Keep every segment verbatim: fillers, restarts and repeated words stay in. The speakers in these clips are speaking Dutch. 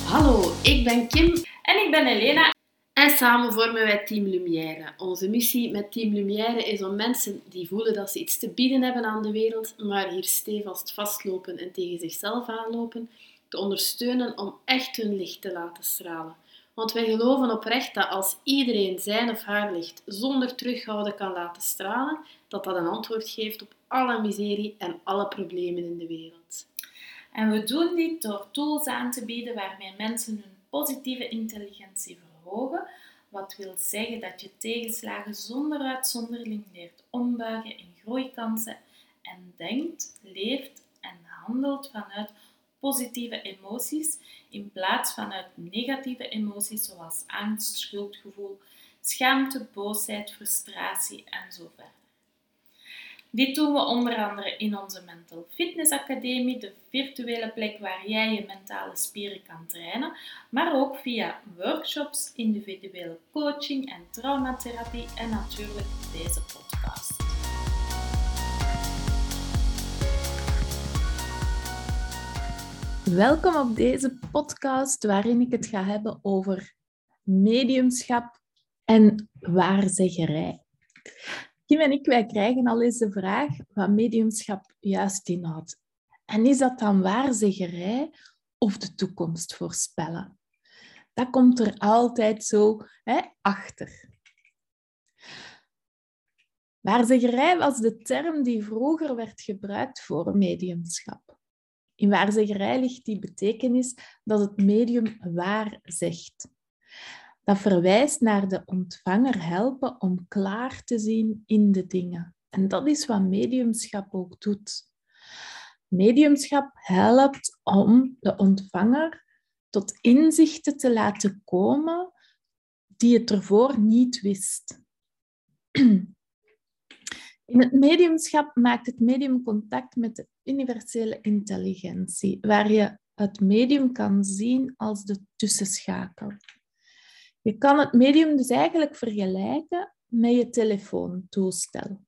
Hallo, ik ben Kim en ik ben Elena. En samen vormen wij Team Lumière. Onze missie met Team Lumière is om mensen die voelen dat ze iets te bieden hebben aan de wereld, maar hier stevast vastlopen en tegen zichzelf aanlopen, te ondersteunen om echt hun licht te laten stralen. Want wij geloven oprecht dat als iedereen zijn of haar licht zonder terughouden kan laten stralen, dat dat een antwoord geeft op alle miserie en alle problemen in de wereld. En we doen dit door tools aan te bieden waarmee mensen hun positieve intelligentie verhogen, wat wil zeggen dat je tegenslagen zonder uitzondering leert ombuigen in groeikansen en denkt, leeft en handelt vanuit positieve emoties in plaats vanuit negatieve emoties zoals angst, schuldgevoel, schaamte, boosheid, frustratie en zo verder. Dit doen we onder andere in onze Mental Fitness Academie, de virtuele plek waar jij je mentale spieren kan trainen, maar ook via workshops, individuele coaching en traumatherapie en natuurlijk deze podcast. Welkom op deze podcast waarin ik het ga hebben over mediumschap en waarzeggerij. Kim en ik, wij krijgen al eens de vraag wat mediumschap juist inhoudt. En is dat dan waarzeggerij of de toekomst voorspellen? Dat komt er altijd zo hè, achter. Waarzeggerij was de term die vroeger werd gebruikt voor mediumschap. In waarzeggerij ligt die betekenis dat het medium waar zegt. Dat verwijst naar de ontvanger helpen om klaar te zien in de dingen. En dat is wat mediumschap ook doet. Mediumschap helpt om de ontvanger tot inzichten te laten komen die het ervoor niet wist. In het mediumschap maakt het medium contact met de universele intelligentie, waar je het medium kan zien als de tussenschakel. Je kan het medium dus eigenlijk vergelijken met je telefoontoestel.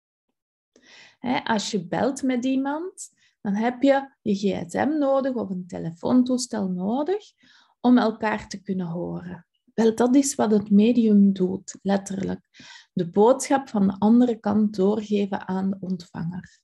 Als je belt met iemand, dan heb je je gsm nodig of een telefoontoestel nodig om elkaar te kunnen horen. Wel, dat is wat het medium doet, letterlijk. De boodschap van de andere kant doorgeven aan de ontvanger.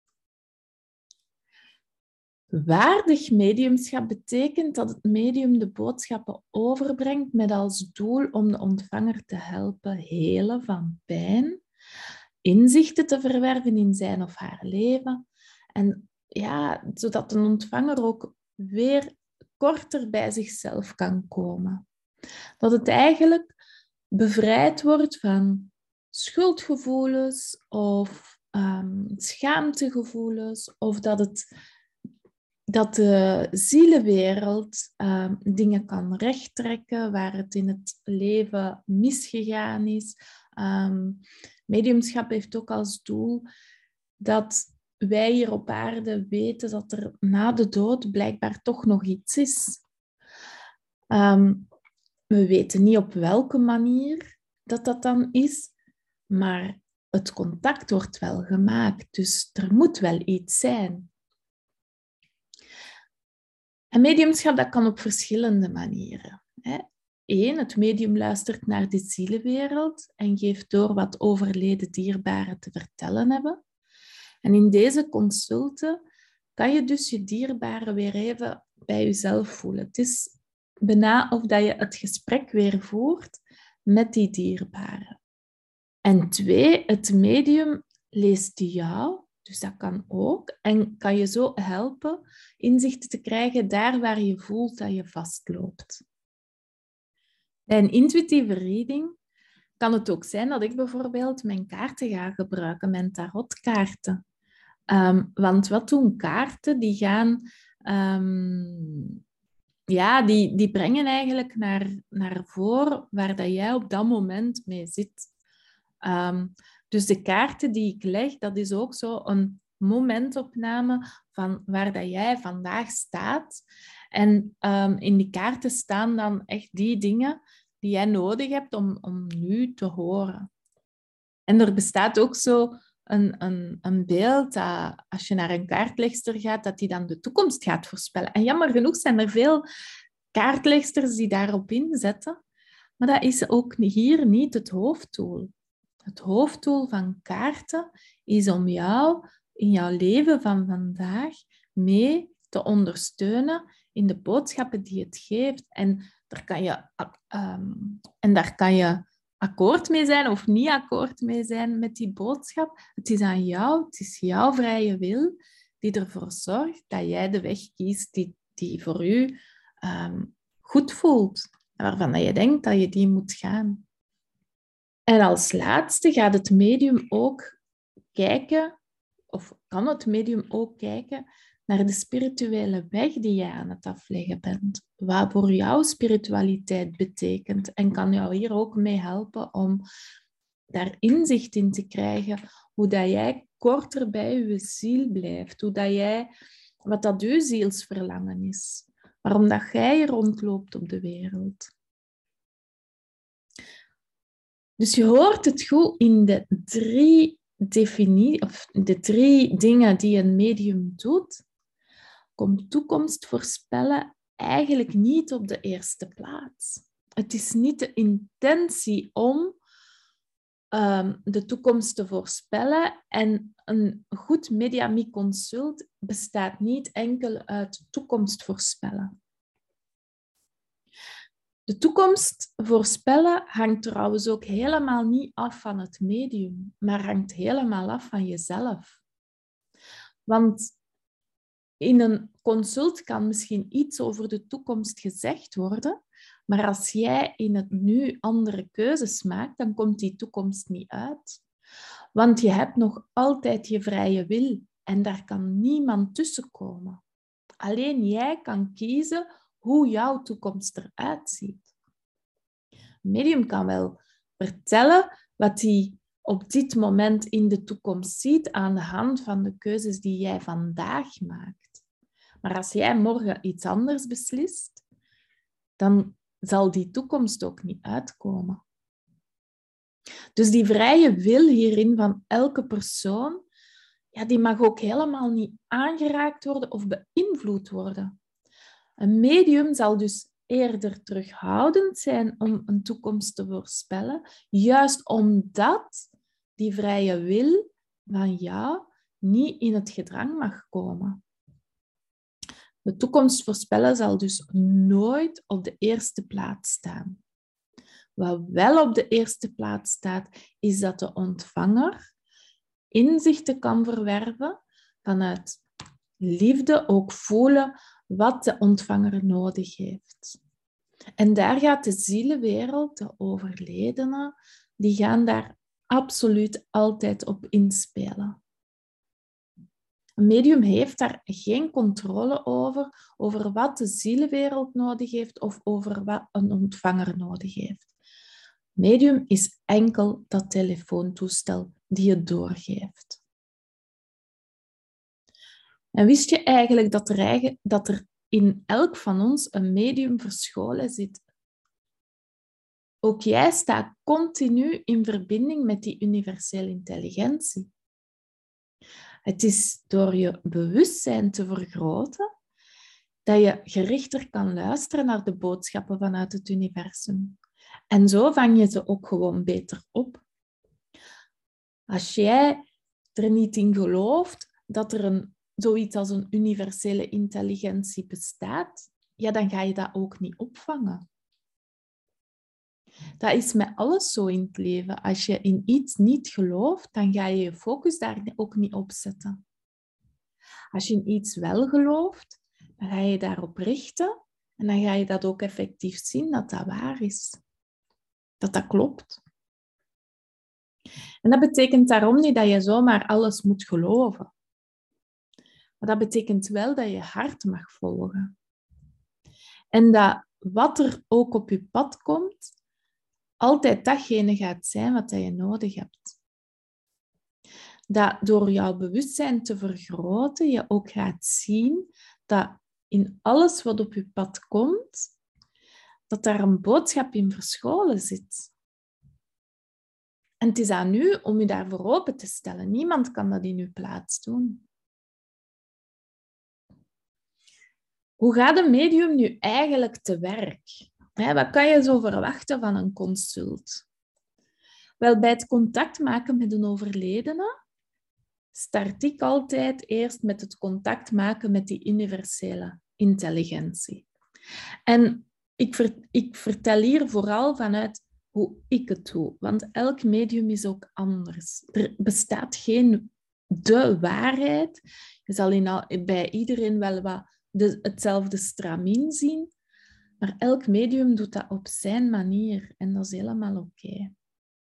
Waardig mediumschap betekent dat het medium de boodschappen overbrengt met als doel om de ontvanger te helpen helen van pijn, inzichten te verwerven in zijn of haar leven en ja, zodat een ontvanger ook weer korter bij zichzelf kan komen. Dat het eigenlijk bevrijd wordt van schuldgevoelens of um, schaamtegevoelens of dat het dat de zielenwereld uh, dingen kan rechttrekken waar het in het leven misgegaan is. Um, mediumschap heeft ook als doel dat wij hier op aarde weten dat er na de dood blijkbaar toch nog iets is. Um, we weten niet op welke manier dat dat dan is, maar het contact wordt wel gemaakt, dus er moet wel iets zijn. En mediumschap dat kan op verschillende manieren. Eén, het medium luistert naar de zielenwereld en geeft door wat overleden dierbaren te vertellen hebben. En in deze consulten kan je dus je dierbaren weer even bij jezelf voelen. Het is bijna of dat je het gesprek weer voert met die dierbaren. En twee, het medium leest jou. Dus dat kan ook. En kan je zo helpen inzichten te krijgen daar waar je voelt dat je vastloopt. Bij een intuïtieve reading kan het ook zijn dat ik bijvoorbeeld mijn kaarten ga gebruiken, mijn tarotkaarten. Um, want wat doen kaarten? Die gaan... Um, ja, die, die brengen eigenlijk naar, naar voren waar dat jij op dat moment mee zit. Um, Dus de kaarten die ik leg, dat is ook zo een momentopname van waar dat jij vandaag staat. En um, in die kaarten staan dan echt die dingen die jij nodig hebt om, om nu te horen. En er bestaat ook zo een, een, een beeld dat als je naar een kaartlegster gaat, dat die dan de toekomst gaat voorspellen. En jammer genoeg zijn er veel kaartlegsters die daarop inzetten. Maar dat is ook hier niet het hoofddoel. Het hoofddoel van kaarten is om jou in jouw leven van vandaag mee te ondersteunen in de boodschappen die het geeft. En daar kan je, um, en daar kan je akkoord mee zijn of niet akkoord mee zijn met die boodschap. Het is aan jou, het is jouw vrije wil die ervoor zorgt dat jij de weg kiest die, die voor u um, goed voelt. Waarvan je denkt dat je die moet gaan. En als laatste gaat het medium ook kijken, of kan het medium ook kijken naar de spirituele weg die jij aan het afleggen bent. Wat voor jou spiritualiteit betekent. En kan jou hier ook mee helpen om daar inzicht in te krijgen. Hoe dat jij korter bij je ziel blijft. Hoe dat jij, wat dat je zielsverlangen is. Waarom dat jij rondloopt op de wereld. Dus je hoort het goed in de drie, defini- of de drie dingen die een medium doet. Komt toekomst voorspellen eigenlijk niet op de eerste plaats. Het is niet de intentie om um, de toekomst te voorspellen. En een goed mediumie-consult bestaat niet enkel uit toekomst voorspellen. De toekomst voorspellen hangt trouwens ook helemaal niet af van het medium, maar hangt helemaal af van jezelf. Want in een consult kan misschien iets over de toekomst gezegd worden, maar als jij in het nu andere keuzes maakt, dan komt die toekomst niet uit. Want je hebt nog altijd je vrije wil en daar kan niemand tussenkomen. Alleen jij kan kiezen hoe jouw toekomst eruit ziet. Een medium kan wel vertellen wat hij op dit moment in de toekomst ziet aan de hand van de keuzes die jij vandaag maakt. Maar als jij morgen iets anders beslist, dan zal die toekomst ook niet uitkomen. Dus die vrije wil hierin van elke persoon, ja, die mag ook helemaal niet aangeraakt worden of beïnvloed worden. Een medium zal dus eerder terughoudend zijn om een toekomst te voorspellen, juist omdat die vrije wil van jou niet in het gedrang mag komen. De toekomst voorspellen zal dus nooit op de eerste plaats staan. Wat wel op de eerste plaats staat, is dat de ontvanger inzichten kan verwerven vanuit liefde, ook voelen wat de ontvanger nodig heeft. En daar gaat de zielenwereld, de overledenen, die gaan daar absoluut altijd op inspelen. Een medium heeft daar geen controle over, over wat de zielenwereld nodig heeft of over wat een ontvanger nodig heeft. Medium is enkel dat telefoontoestel die het doorgeeft. En wist je eigenlijk dat er, eigen, dat er in elk van ons een medium verscholen zit? Ook jij staat continu in verbinding met die universele intelligentie. Het is door je bewustzijn te vergroten dat je gerichter kan luisteren naar de boodschappen vanuit het universum. En zo vang je ze ook gewoon beter op. Als jij er niet in gelooft dat er een, zoiets als een universele intelligentie bestaat, ja, dan ga je dat ook niet opvangen. Dat is met alles zo in het leven. Als je in iets niet gelooft, dan ga je je focus daar ook niet op zetten. Als je in iets wel gelooft, dan ga je daarop richten en dan ga je dat ook effectief zien dat dat waar is. Dat dat klopt. En dat betekent daarom niet dat je zomaar alles moet geloven. Maar dat betekent wel dat je hart mag volgen. En dat wat er ook op je pad komt, altijd datgene gaat zijn wat je nodig hebt. Dat door jouw bewustzijn te vergroten, je ook gaat zien dat in alles wat op je pad komt, dat daar een boodschap in verscholen zit. En het is aan u om je daarvoor open te stellen. Niemand kan dat in uw plaats doen. Hoe gaat een medium nu eigenlijk te werk? Hè, wat kan je zo verwachten van een consult? Wel, bij het contact maken met een overledene start ik altijd eerst met het contact maken met die universele intelligentie. En ik, ver, ik vertel hier vooral vanuit hoe ik het doe, want elk medium is ook anders. Er bestaat geen de waarheid. Je zal in al, bij iedereen wel wat de, hetzelfde stramien zien, maar elk medium doet dat op zijn manier en dat is helemaal oké. Okay.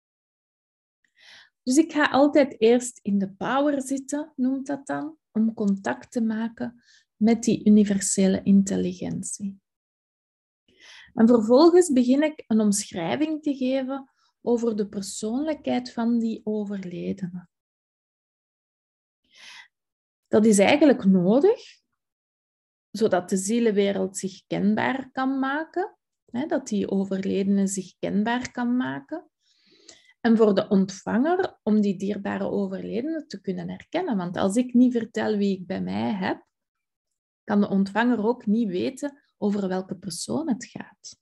Dus ik ga altijd eerst in de power zitten, noemt dat dan, om contact te maken met die universele intelligentie. En vervolgens begin ik een omschrijving te geven over de persoonlijkheid van die overledene. Dat is eigenlijk nodig, zodat de zielenwereld zich kenbaar kan maken, hè, dat die overledene zich kenbaar kan maken. En voor de ontvanger, om die dierbare overledene te kunnen herkennen. Want als ik niet vertel wie ik bij mij heb, kan de ontvanger ook niet weten over welke persoon het gaat.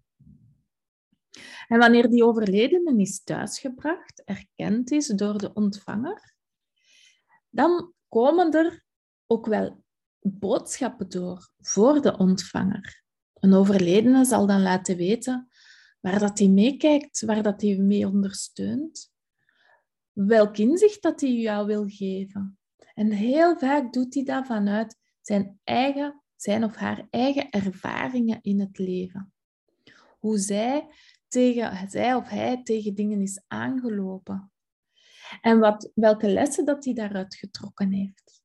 En wanneer die overledene is thuisgebracht, erkend is door de ontvanger, dan komen er ook wel boodschappen door voor de ontvanger. Een overledene zal dan laten weten waar dat hij meekijkt, waar dat hij mee ondersteunt, welk inzicht dat hij jou wil geven. En heel vaak doet hij dat vanuit zijn eigen, zijn of haar eigen ervaringen in het leven. Hoe zij, tegen, zij of hij tegen dingen is aangelopen. En wat, welke lessen dat hij daaruit getrokken heeft.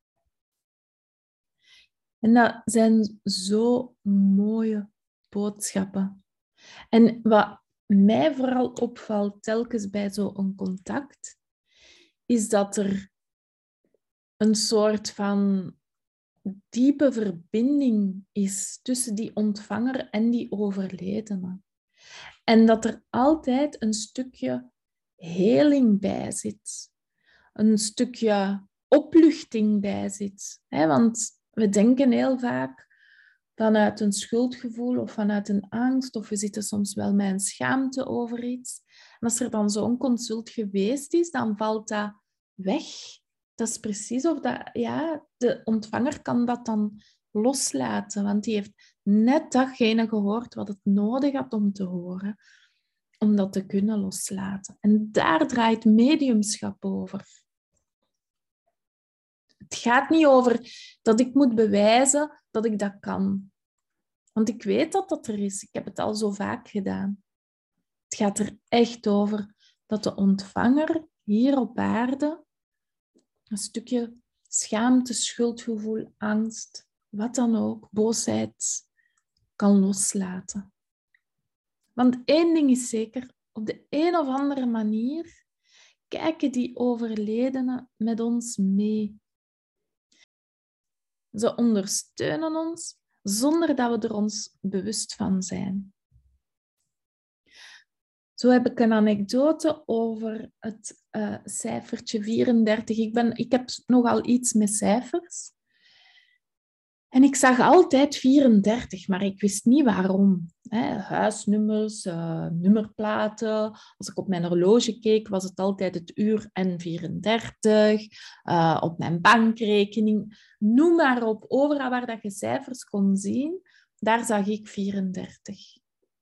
En dat zijn zo mooie boodschappen. En wat mij vooral opvalt telkens bij zo'n contact, is dat er een soort van diepe verbinding is tussen die ontvanger en die overledene. En dat er altijd een stukje heling bij zit. Een stukje opluchting bij zit. Want we denken heel vaak vanuit een schuldgevoel of vanuit een angst, of we zitten soms wel met een schaamte over iets. En als er dan zo'n consult geweest is, dan valt dat weg. Dat is precies of dat, ja, de ontvanger kan dat dan loslaten, want die heeft net datgene gehoord wat het nodig had om te horen, om dat te kunnen loslaten. En daar draait mediumschap over. Het gaat niet over dat ik moet bewijzen dat ik dat kan. Want ik weet dat dat er is. Ik heb het al zo vaak gedaan. Het gaat er echt over dat de ontvanger hier op aarde een stukje schaamte, schuldgevoel, angst, wat dan ook, boosheid, kan loslaten. Want één ding is zeker, op de een of andere manier kijken die overledenen met ons mee. Ze ondersteunen ons zonder dat we er ons bewust van zijn. Zo heb ik een anekdote over het uh, cijfertje vierendertig. Ik, ben, ik heb nogal iets met cijfers. En ik zag altijd vierendertig, maar ik wist niet waarom. Hè, huisnummers, uh, nummerplaten. Als ik op mijn horloge keek, was het altijd het uur en vierendertig. Uh, op mijn bankrekening. Noem maar op, overal waar dat je cijfers kon zien, daar zag ik vierendertig.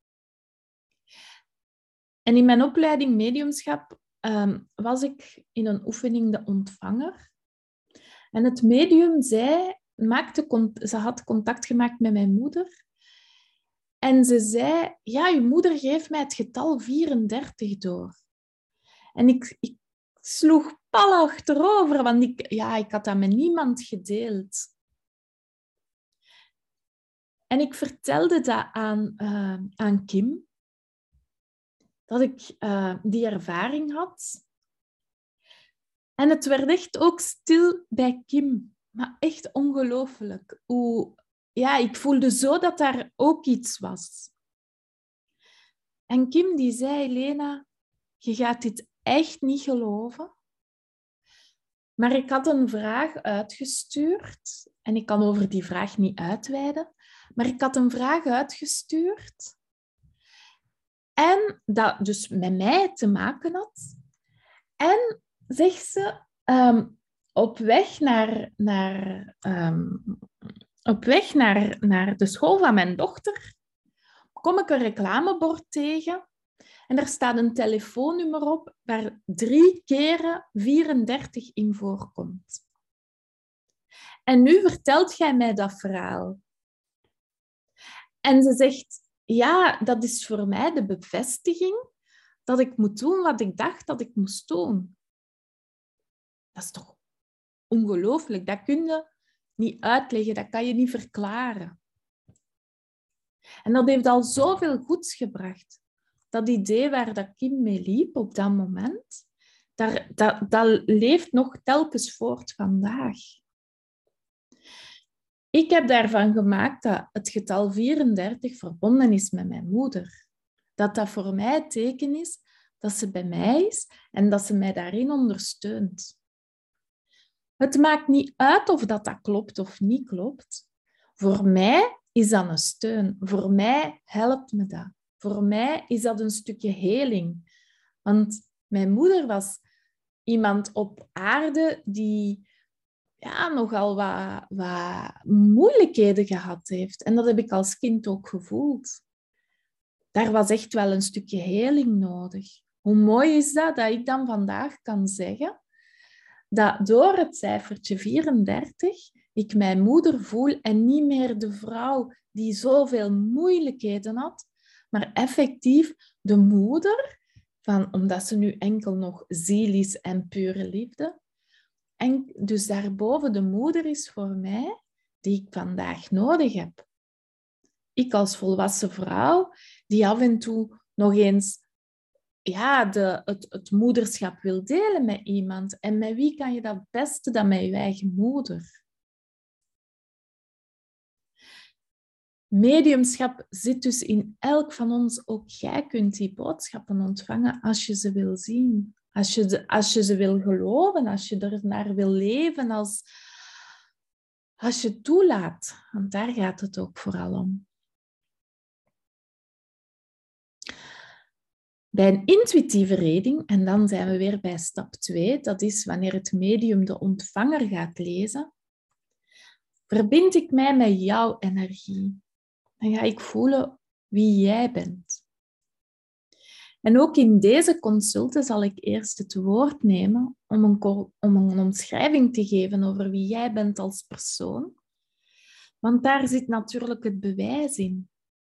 En in mijn opleiding mediumschap um, was ik in een oefening de ontvanger. En het medium zei, maakte, ze had contact gemaakt met mijn moeder. En ze zei, ja, uw moeder geeft mij het getal vierendertig door. En ik, ik sloeg pal achterover, want ik, ja, ik had dat met niemand gedeeld. En ik vertelde dat aan, uh, aan Kim, dat ik uh, die ervaring had. En het werd echt ook stil bij Kim. Maar echt ongelooflijk. Hoe, ja, ik voelde zo dat daar ook iets was. En Kim die zei, Lena, je gaat dit echt niet geloven. Maar ik had een vraag uitgestuurd. En ik kan over die vraag niet uitweiden. Maar ik had een vraag uitgestuurd. En dat dus met mij te maken had. En zegt ze, um, op weg naar, naar, um, op weg naar, naar de school van mijn dochter kom ik een reclamebord tegen. En er staat een telefoonnummer op waar drie keren vierendertig in voorkomt. En nu vertelt jij mij dat verhaal. En ze zegt, ja, dat is voor mij de bevestiging dat ik moet doen wat ik dacht dat ik moest doen. Dat is toch ongelooflijk. Dat kun je niet uitleggen, dat kan je niet verklaren. En dat heeft al zoveel goeds gebracht. Dat idee waar dat Kim mee liep op dat moment, daar, dat, dat leeft nog telkens voort vandaag. Ik heb daarvan gemaakt dat het getal vierendertig verbonden is met mijn moeder. Dat dat voor mij het teken is dat ze bij mij is en dat ze mij daarin ondersteunt. Het maakt niet uit of dat, dat klopt of niet klopt. Voor mij is dat een steun. Voor mij helpt me dat. Voor mij is dat een stukje heling. Want mijn moeder was iemand op aarde die ja, nogal wat, wat moeilijkheden gehad heeft. En dat heb ik als kind ook gevoeld. Daar was echt wel een stukje heling nodig. Hoe mooi is dat, dat ik dan vandaag kan zeggen dat door het cijfertje vierendertig ik mijn moeder voel en niet meer de vrouw die zoveel moeilijkheden had, maar effectief de moeder, van, omdat ze nu enkel nog ziel is en pure liefde. En dus daarboven de moeder is voor mij die ik vandaag nodig heb. Ik als volwassen vrouw die af en toe nog eens ja, de, het, het moederschap wil delen met iemand. En met wie kan je dat het beste dan met je eigen moeder? Mediumschap zit dus in elk van ons. Ook jij kunt die boodschappen ontvangen als je ze wil zien. Als je, de, als je ze wil geloven, als je er naar wil leven, als, als je het toelaat. Want daar gaat het ook vooral om. Bij een intuïtieve reading, en dan zijn we weer bij stap twee, dat is wanneer het medium de ontvanger gaat lezen, verbind ik mij met jouw energie. Dan ga ik voelen wie jij bent. En ook in deze consulten zal ik eerst het woord nemen om een, om een omschrijving te geven over wie jij bent als persoon. Want daar zit natuurlijk het bewijs in.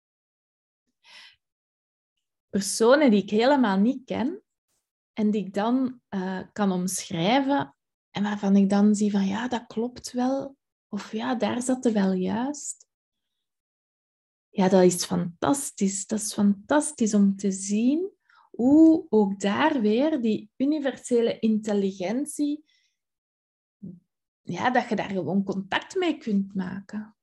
Personen die ik helemaal niet ken en die ik dan uh, kan omschrijven en waarvan ik dan zie van ja, dat klopt wel. Of ja, daar zat het wel juist. Ja, dat is fantastisch. Dat is fantastisch om te zien hoe ook daar weer die universele intelligentie, ja, dat je daar gewoon contact mee kunt maken.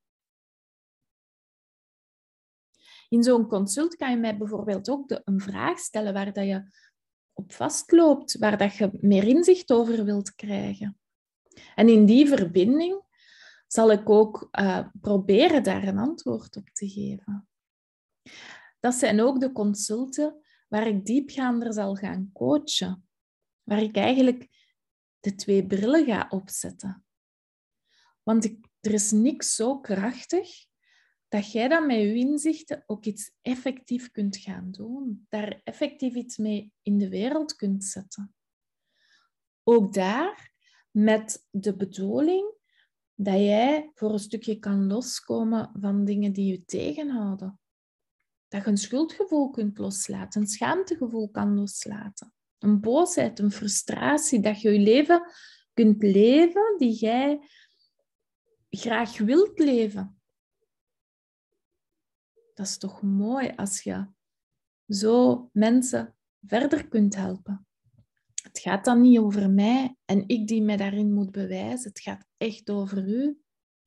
In zo'n consult kan je mij bijvoorbeeld ook de, een vraag stellen waar dat je op vastloopt, waar dat je meer inzicht over wilt krijgen. En in die verbinding zal ik ook uh, proberen daar een antwoord op te geven. Dat zijn ook de consulten waar ik diepgaander zal gaan coachen. Waar ik eigenlijk de twee brillen ga opzetten. Want ik, er is niks zo krachtig dat jij dan met je inzichten ook iets effectief kunt gaan doen. Daar effectief iets mee in de wereld kunt zetten. Ook daar met de bedoeling dat jij voor een stukje kan loskomen van dingen die je tegenhouden. Dat je een schuldgevoel kunt loslaten, een schaamtegevoel kan loslaten. Een boosheid, een frustratie, dat je je leven kunt leven die jij graag wilt leven. Dat is toch mooi als je zo mensen verder kunt helpen. Het gaat dan niet over mij en ik die mij daarin moet bewijzen. Het gaat echt over u.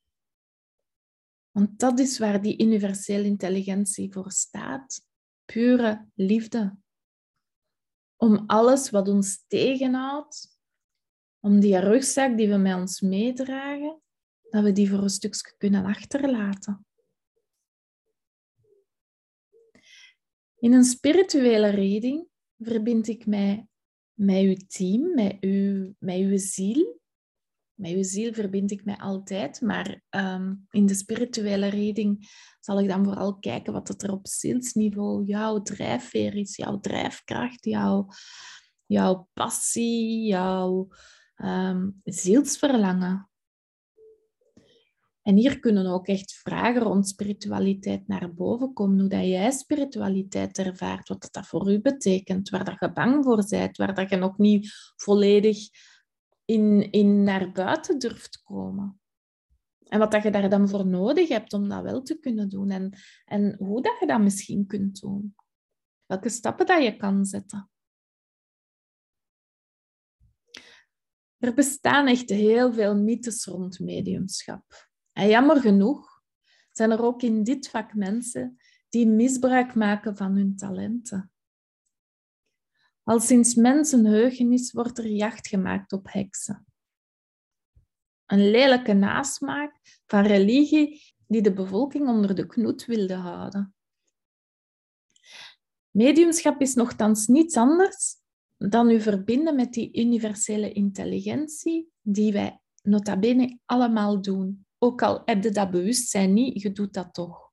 Want dat is waar die universele intelligentie voor staat. Pure liefde. Om alles wat ons tegenhoudt, om die rugzak die we met ons meedragen, dat we die voor een stukje kunnen achterlaten. In een spirituele reading verbind ik mij met uw team, met uw, met uw ziel. Met uw ziel verbind ik mij altijd, maar um, in de spirituele reading zal ik dan vooral kijken wat er op zielsniveau jouw drijfveer is, jouw drijfkracht, jouw, jouw passie, jouw um, zielsverlangen. En hier kunnen ook echt vragen rond spiritualiteit naar boven komen. Hoe dat jij spiritualiteit ervaart, wat dat voor u betekent, waar dat je bang voor bent, waar dat je nog niet volledig in, in naar buiten durft komen. En wat dat je daar dan voor nodig hebt om dat wel te kunnen doen. En, en hoe dat je dat misschien kunt doen. Welke stappen dat je kan zetten. Er bestaan echt heel veel mythes rond mediumschap. En jammer genoeg zijn er ook in dit vak mensen die misbruik maken van hun talenten. Al sinds mensenheugenis wordt er jacht gemaakt op heksen. Een lelijke nasmaak van religie die de bevolking onder de knoet wilde houden. Mediumschap is nochtans niets anders dan u verbinden met die universele intelligentie die wij nota bene allemaal doen. Ook al heb je dat bewustzijn niet, je doet dat toch.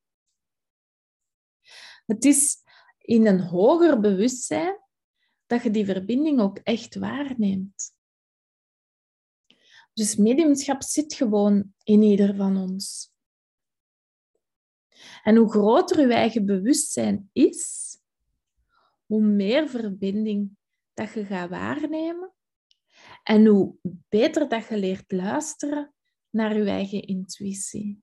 Het is in een hoger bewustzijn dat je die verbinding ook echt waarneemt. Dus mediumschap zit gewoon in ieder van ons. En hoe groter je eigen bewustzijn is, hoe meer verbinding dat je gaat waarnemen en hoe beter dat je leert luisteren naar je eigen intuïtie.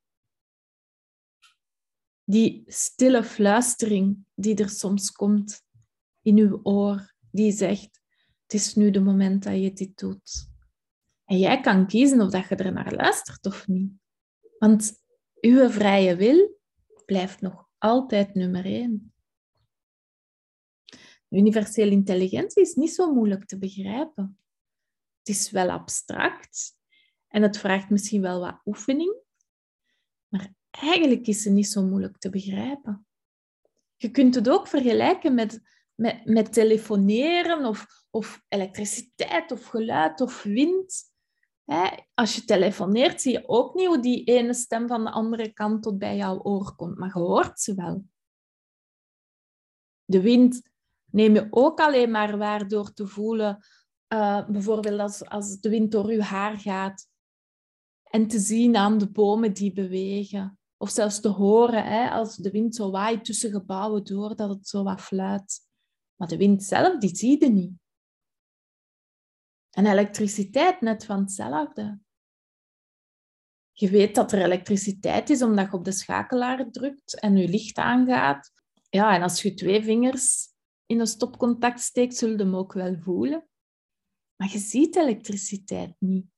Die stille fluistering die er soms komt in je oor, die zegt, het is nu de moment dat je dit doet. En jij kan kiezen of dat je er naar luistert of niet. Want uw vrije wil blijft nog altijd nummer één. Universele intelligentie is niet zo moeilijk te begrijpen. Het is wel abstract en het vraagt misschien wel wat oefening, maar eigenlijk is het niet zo moeilijk te begrijpen. Je kunt het ook vergelijken met, met, met telefoneren of, of elektriciteit of geluid of wind. He, als je telefoneert, zie je ook niet hoe die ene stem van de andere kant tot bij jouw oor komt, maar je hoort ze wel. De wind neem je ook alleen maar waar door te voelen, uh, bijvoorbeeld als, als de wind door je haar gaat, en te zien aan de bomen die bewegen. Of zelfs te horen, hè, als de wind zo waait tussen gebouwen door, dat het zo wat fluit. Maar de wind zelf, die zie je niet. En elektriciteit net van hetzelfde. Je weet dat er elektriciteit is omdat je op de schakelaar drukt en je licht aangaat. Ja, en als je twee vingers in een stopcontact steekt, zul je hem ook wel voelen. Maar je ziet elektriciteit niet.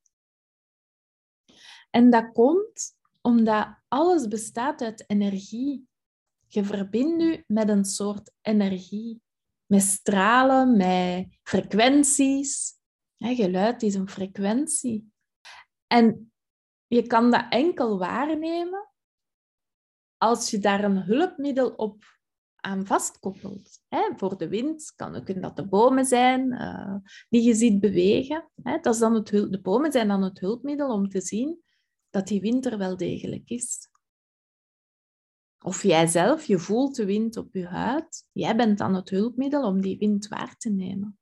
En dat komt omdat alles bestaat uit energie. Je verbindt je met een soort energie. Met stralen, met frequenties. Ja, geluid is een frequentie. En je kan dat enkel waarnemen als je daar een hulpmiddel op aan vastkoppelt. Hè, voor de wind kan, kunnen dat de bomen zijn uh, die je ziet bewegen. Hè, dat is dan het hul- de bomen zijn dan het hulpmiddel om te zien dat die wind er wel degelijk is. Of jijzelf, je voelt de wind op je huid. Jij bent dan het hulpmiddel om die wind waar te nemen.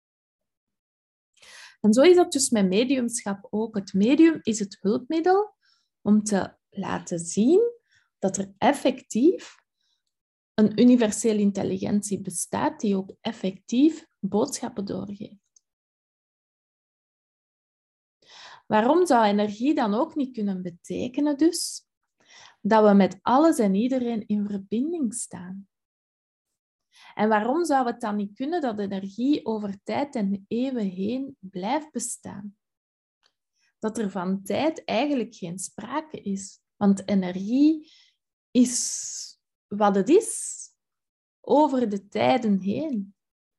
En zo is dat dus met mediumschap ook. Het medium is het hulpmiddel om te laten zien dat er effectief een universele intelligentie bestaat die ook effectief boodschappen doorgeeft. Waarom zou energie dan ook niet kunnen betekenen dus dat we met alles en iedereen in verbinding staan? En waarom zou het dan niet kunnen dat energie over tijd en eeuwen heen blijft bestaan? Dat er van tijd eigenlijk geen sprake is. Want energie is wat het is, over de tijden heen.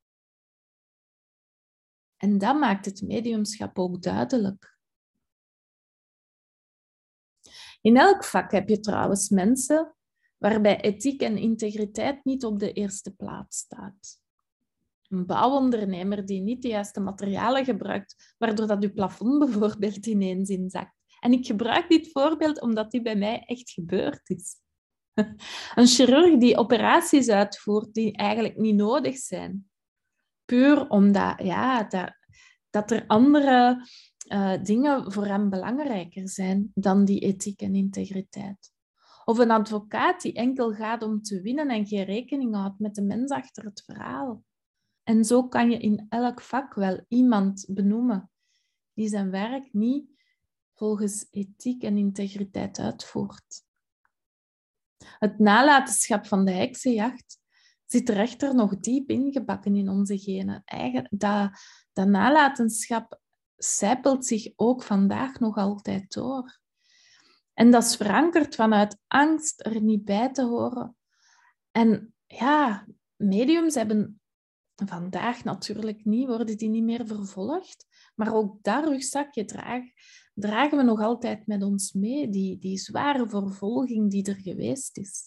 En dat maakt het mediumschap ook duidelijk. In elk vak heb je trouwens mensen waarbij ethiek en integriteit niet op de eerste plaats staat. Een bouwondernemer die niet de juiste materialen gebruikt, waardoor dat uw plafond bijvoorbeeld ineens inzakt. En ik gebruik dit voorbeeld omdat dit bij mij echt gebeurd is. Een chirurg die operaties uitvoert die eigenlijk niet nodig zijn. Puur omdat ja, dat, dat er andere uh, dingen voor hem belangrijker zijn dan die ethiek en integriteit. Of een advocaat die enkel gaat om te winnen en geen rekening houdt met de mens achter het verhaal. En zo kan je in elk vak wel iemand benoemen die zijn werk niet volgens ethiek en integriteit uitvoert. Het nalatenschap van de heksenjacht zit er echter nog diep ingebakken in onze genen. Eigen, dat, dat nalatenschap sijpelt zich ook vandaag nog altijd door. En dat is verankerd vanuit angst er niet bij te horen. En ja, mediums hebben vandaag natuurlijk niet, worden die niet meer vervolgd. Maar ook dat rugzakje dragen, dragen we nog altijd met ons mee, die, die zware vervolging die er geweest is.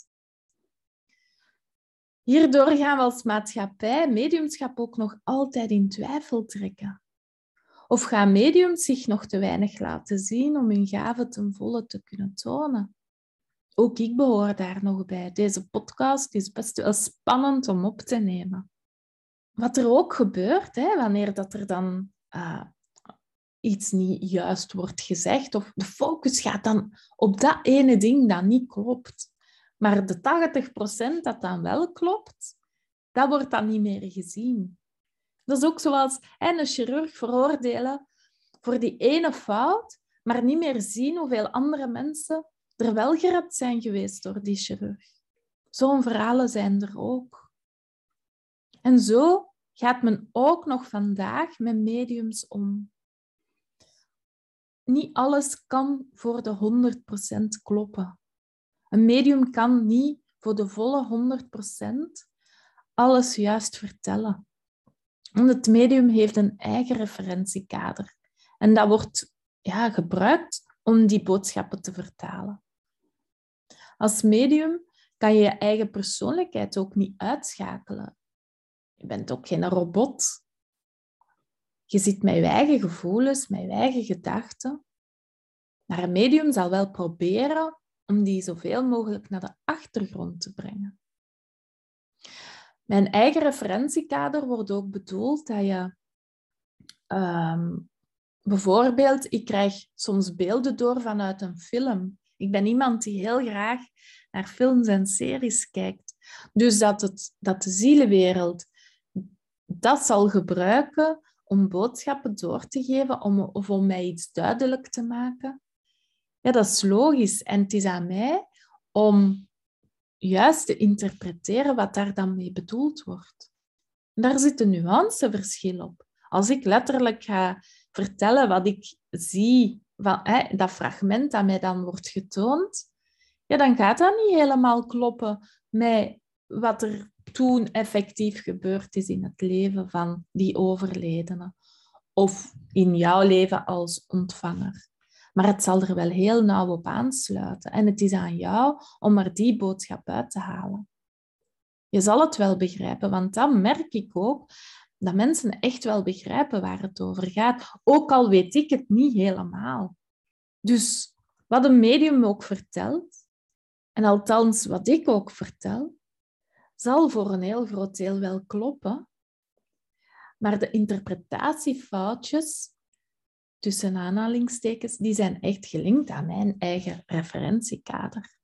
Hierdoor gaan we als maatschappij mediumschap ook nog altijd in twijfel trekken. Of gaan mediums zich nog te weinig laten zien om hun gaven ten volle te kunnen tonen? Ook ik behoor daar nog bij. Deze podcast is best wel spannend om op te nemen. Wat er ook gebeurt, hè, wanneer dat er dan uh, iets niet juist wordt gezegd, of de focus gaat dan op dat ene ding dat niet klopt, maar de tachtig procent dat dan wel klopt, dat wordt dan niet meer gezien. Dat is ook zoals hè, een chirurg veroordelen voor die ene fout, maar niet meer zien hoeveel andere mensen er wel gered zijn geweest door die chirurg. Zo'n verhalen zijn er ook. En zo gaat men ook nog vandaag met mediums om. Niet alles kan voor de honderd procent kloppen. Een medium kan niet voor de volle honderd procent alles juist vertellen. Want het medium heeft een eigen referentiekader. En dat wordt ja, gebruikt om die boodschappen te vertalen. Als medium kan je je eigen persoonlijkheid ook niet uitschakelen. Je bent ook geen robot. Je zit met je eigen gevoelens, met je eigen gedachten. Maar een medium zal wel proberen om die zoveel mogelijk naar de achtergrond te brengen. Mijn eigen referentiekader wordt ook bedoeld dat je... Um, bijvoorbeeld, ik krijg soms beelden door vanuit een film. Ik ben iemand die heel graag naar films en series kijkt. Dus dat, het, dat de zielenwereld dat zal gebruiken om boodschappen door te geven om, of om mij iets duidelijk te maken. Ja, dat is logisch. En het is aan mij om juist te interpreteren wat daar dan mee bedoeld wordt. En daar zit een nuanceverschil op. Als ik letterlijk ga vertellen wat ik zie, van, hè, dat fragment dat mij dan wordt getoond, ja, dan gaat dat niet helemaal kloppen met wat er toen effectief gebeurd is in het leven van die overledene. Of in jouw leven als ontvanger. Maar het zal er wel heel nauw op aansluiten. En het is aan jou om er die boodschap uit te halen. Je zal het wel begrijpen, want dan merk ik ook dat mensen echt wel begrijpen waar het over gaat. Ook al weet ik het niet helemaal. Dus wat een medium ook vertelt, en althans wat ik ook vertel, zal voor een heel groot deel wel kloppen. Maar de interpretatiefoutjes, tussen aanhalingstekens, die zijn echt gelinkt aan mijn eigen referentiekader.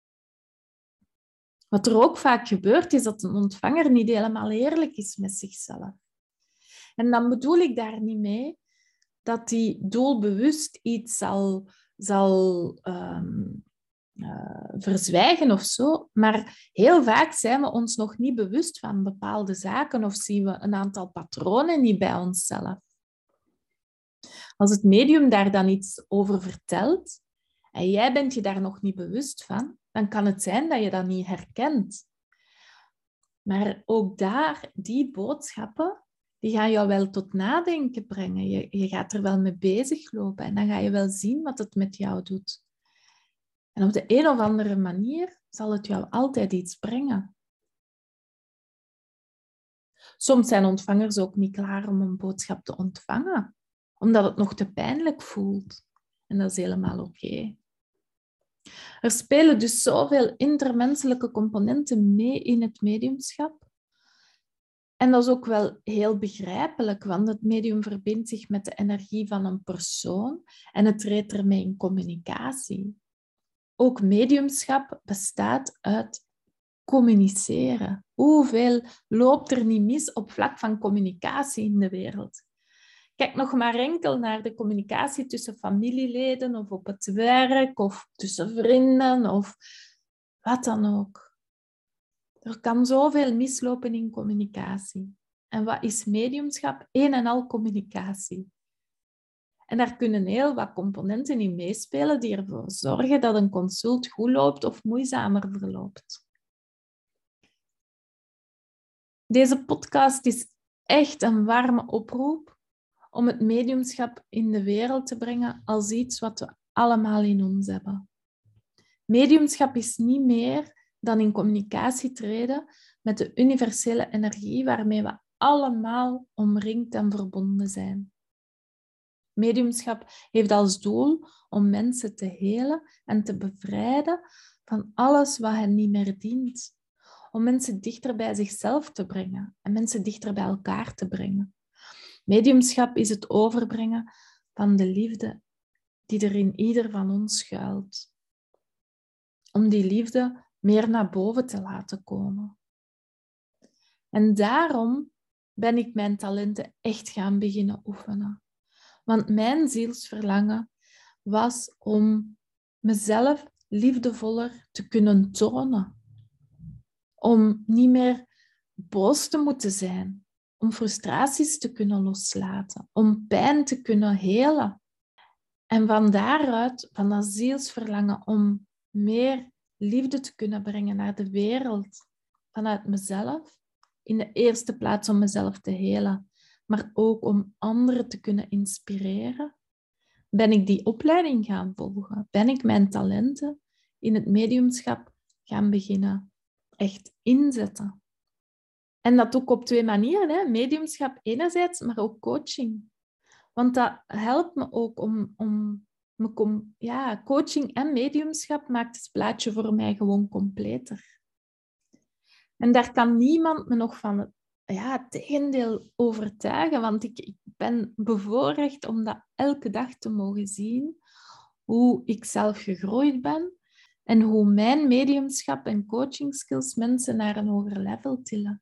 Wat er ook vaak gebeurt, is dat een ontvanger niet helemaal eerlijk is met zichzelf. En dan bedoel ik daar niet mee dat hij doelbewust iets zal, zal um, uh, verzwijgen of zo, maar heel vaak zijn we ons nog niet bewust van bepaalde zaken of zien we een aantal patronen niet bij onszelf. Als het medium daar dan iets over vertelt en jij bent je daar nog niet bewust van, dan kan het zijn dat je dat niet herkent. Maar ook daar, die boodschappen, die gaan jou wel tot nadenken brengen. Je, je gaat er wel mee bezig lopen en dan ga je wel zien wat het met jou doet. En op de een of andere manier zal het jou altijd iets brengen. Soms zijn ontvangers ook niet klaar om een boodschap te ontvangen, omdat het nog te pijnlijk voelt. En dat is helemaal oké. Okay. Er spelen dus zoveel intermenselijke componenten mee in het mediumschap. En dat is ook wel heel begrijpelijk, want het medium verbindt zich met de energie van een persoon en het treedt ermee in communicatie. Ook mediumschap bestaat uit communiceren. Hoeveel loopt er niet mis op vlak van communicatie in de wereld? Kijk nog maar enkel naar de communicatie tussen familieleden of op het werk of tussen vrienden of wat dan ook. Er kan zoveel mislopen in communicatie. En wat is mediumschap? Een en al communicatie. En daar kunnen heel wat componenten in meespelen die ervoor zorgen dat een consult goed loopt of moeizamer verloopt. Deze podcast is echt een warme oproep om het mediumschap in de wereld te brengen als iets wat we allemaal in ons hebben. Mediumschap is niet meer dan in communicatie treden met de universele energie waarmee we allemaal omringd en verbonden zijn. Mediumschap heeft als doel om mensen te helen en te bevrijden van alles wat hen niet meer dient. Om mensen dichter bij zichzelf te brengen en mensen dichter bij elkaar te brengen. Mediumschap is het overbrengen van de liefde die er in ieder van ons schuilt. Om die liefde meer naar boven te laten komen. En daarom ben ik mijn talenten echt gaan beginnen oefenen. Want mijn zielsverlangen was om mezelf liefdevoller te kunnen tonen. Om niet meer boos te moeten zijn. Om frustraties te kunnen loslaten. Om pijn te kunnen helen. En van daaruit, van dat zielsverlangen om meer liefde te kunnen brengen naar de wereld. Vanuit mezelf. In de eerste plaats om mezelf te helen. Maar ook om anderen te kunnen inspireren. Ben ik die opleiding gaan volgen? Ben ik mijn talenten in het mediumschap gaan beginnen echt inzetten? En dat ook op twee manieren. Hè? Mediumschap enerzijds, maar ook coaching. Want dat helpt me ook om... om me com- ja, coaching en mediumschap maakt het plaatje voor mij gewoon completer. En daar kan niemand me nog van het ja, tegendeel overtuigen, want ik, ik ben bevoorrecht om dat elke dag te mogen zien, hoe ik zelf gegroeid ben en hoe mijn mediumschap en coaching skills mensen naar een hoger level tillen.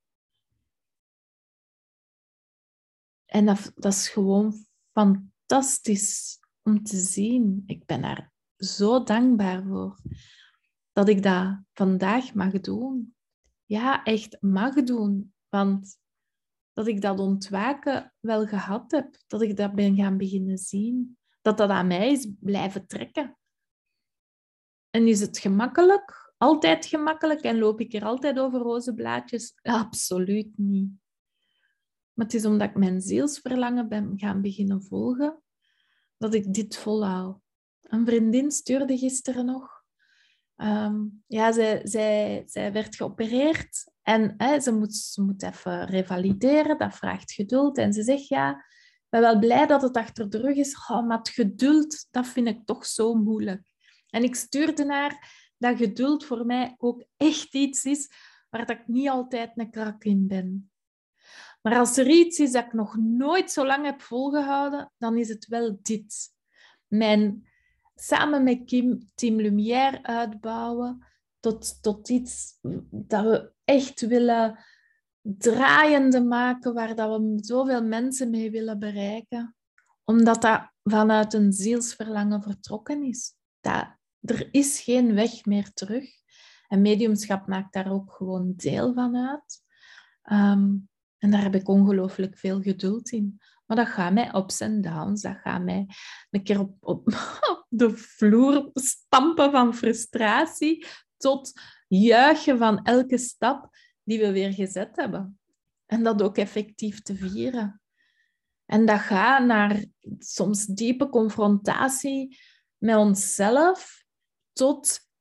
En dat, dat is gewoon fantastisch om te zien. Ik ben daar zo dankbaar voor dat ik dat vandaag mag doen. Ja, echt mag doen. Want dat ik dat ontwaken wel gehad heb. Dat ik dat ben gaan beginnen zien. Dat dat aan mij is blijven trekken. En is het gemakkelijk? Altijd gemakkelijk? En loop ik er altijd over roze blaadjes? Absoluut niet. Maar het is omdat ik mijn zielsverlangen ben gaan beginnen volgen, dat ik dit volhoud. Een vriendin stuurde gisteren nog. Um, ja, zij, zij, zij werd geopereerd en hè, ze, moet, ze moet even revalideren. Dat vraagt geduld. En ze zegt, ja, ik ben wel blij dat het achter de rug is. Oh, maar het geduld, dat vind ik toch zo moeilijk. En ik stuurde naar dat geduld voor mij ook echt iets is waar dat ik niet altijd een krak in ben. Maar als er iets is dat ik nog nooit zo lang heb volgehouden, dan is het wel dit. Mijn samen met Kim Team Lumière uitbouwen tot, tot iets dat we echt willen draaiende maken, waar dat we zoveel mensen mee willen bereiken. Omdat dat vanuit een zielsverlangen vertrokken is. Dat, er is geen weg meer terug. En mediumschap maakt daar ook gewoon deel van uit. Um, en daar heb ik ongelooflijk veel geduld in. Maar dat gaat mij ups en downs. Dat gaat mij een keer op, op, op de vloer stampen van frustratie tot juichen van elke stap die we weer gezet hebben. En dat ook effectief te vieren. En dat gaat naar soms diepe confrontatie met onszelf tot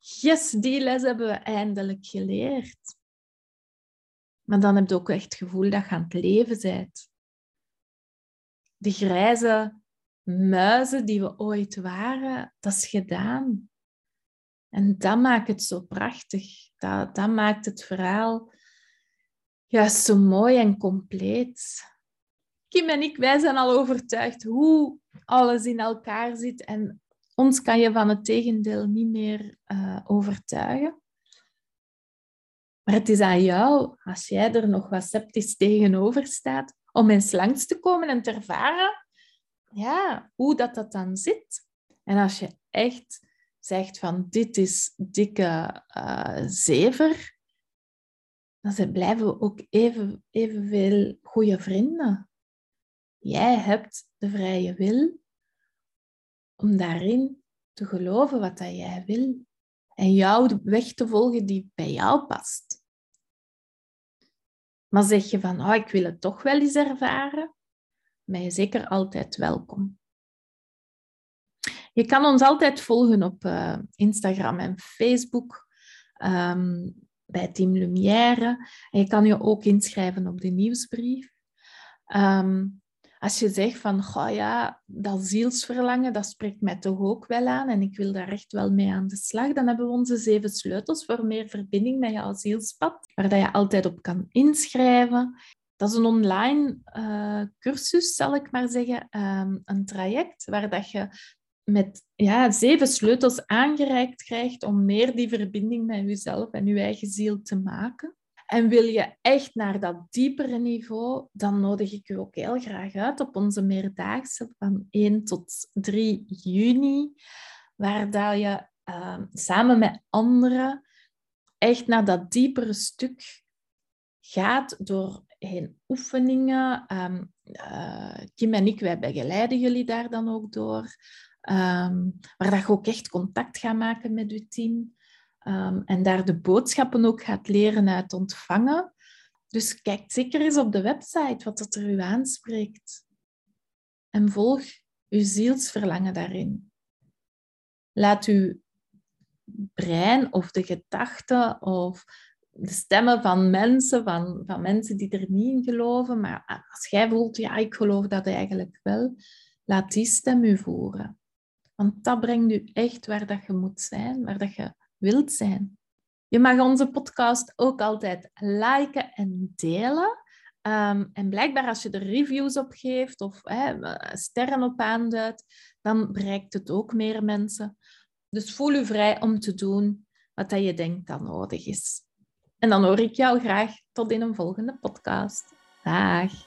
Yes, die les hebben we eindelijk geleerd. Maar dan heb je ook echt het gevoel dat je aan het leven bent. De grijze muizen die we ooit waren, dat is gedaan. En dat maakt het zo prachtig. Dat, dat maakt het verhaal juist zo mooi en compleet. Kim en ik, wij zijn al overtuigd hoe alles in elkaar zit. En ons kan je van het tegendeel niet meer uh, overtuigen. Maar het is aan jou, als jij er nog wat sceptisch tegenover staat, om eens langs te komen en te ervaren ja, hoe dat, dat dan zit. En als je echt zegt van dit is dikke uh, zever, dan blijven we ook even, evenveel goede vrienden. Jij hebt de vrije wil om daarin te geloven wat dat jij wil. En jouw weg te volgen die bij jou past. Maar zeg je van, oh, ik wil het toch wel eens ervaren, ben je zeker altijd welkom. Je kan ons altijd volgen op uh, Instagram en Facebook, um, bij Team Lumière. En je kan je ook inschrijven op de nieuwsbrief. Um, als je zegt van, goh ja, dat zielsverlangen, dat spreekt mij toch ook wel aan en ik wil daar echt wel mee aan de slag, dan hebben we onze zeven sleutels voor meer verbinding met jouw zielspad, waar dat je altijd op kan inschrijven. Dat is een online uh, cursus, zal ik maar zeggen, um, een traject waar dat je met ja, zeven sleutels aangereikt krijgt om meer die verbinding met jezelf en je eigen ziel te maken. En wil je echt naar dat diepere niveau, dan nodig ik je ook heel graag uit op onze meerdaagse van één tot drie juni, waar dat je uh, samen met anderen echt naar dat diepere stuk gaat door heen oefeningen. Um, uh, Kim en ik, wij begeleiden jullie daar dan ook door. Um, waar dat je ook echt contact gaat maken met je team. Um, en daar de boodschappen ook gaat leren uit ontvangen. Dus kijk zeker eens op de website wat dat er u aanspreekt. En volg uw zielsverlangen daarin. Laat uw brein of de gedachten of de stemmen van mensen, van, van mensen die er niet in geloven, maar als jij voelt, ja, ik geloof dat eigenlijk wel, laat die stem u voeren. Want dat brengt u echt waar dat je moet zijn, waar dat je wilt zijn. Je mag onze podcast ook altijd liken en delen. Um, en blijkbaar als je er reviews op geeft of hè, sterren op aanduidt, dan bereikt het ook meer mensen. Dus voel je vrij om te doen wat je denkt dat nodig is. En dan hoor ik jou graag tot in een volgende podcast. Dag!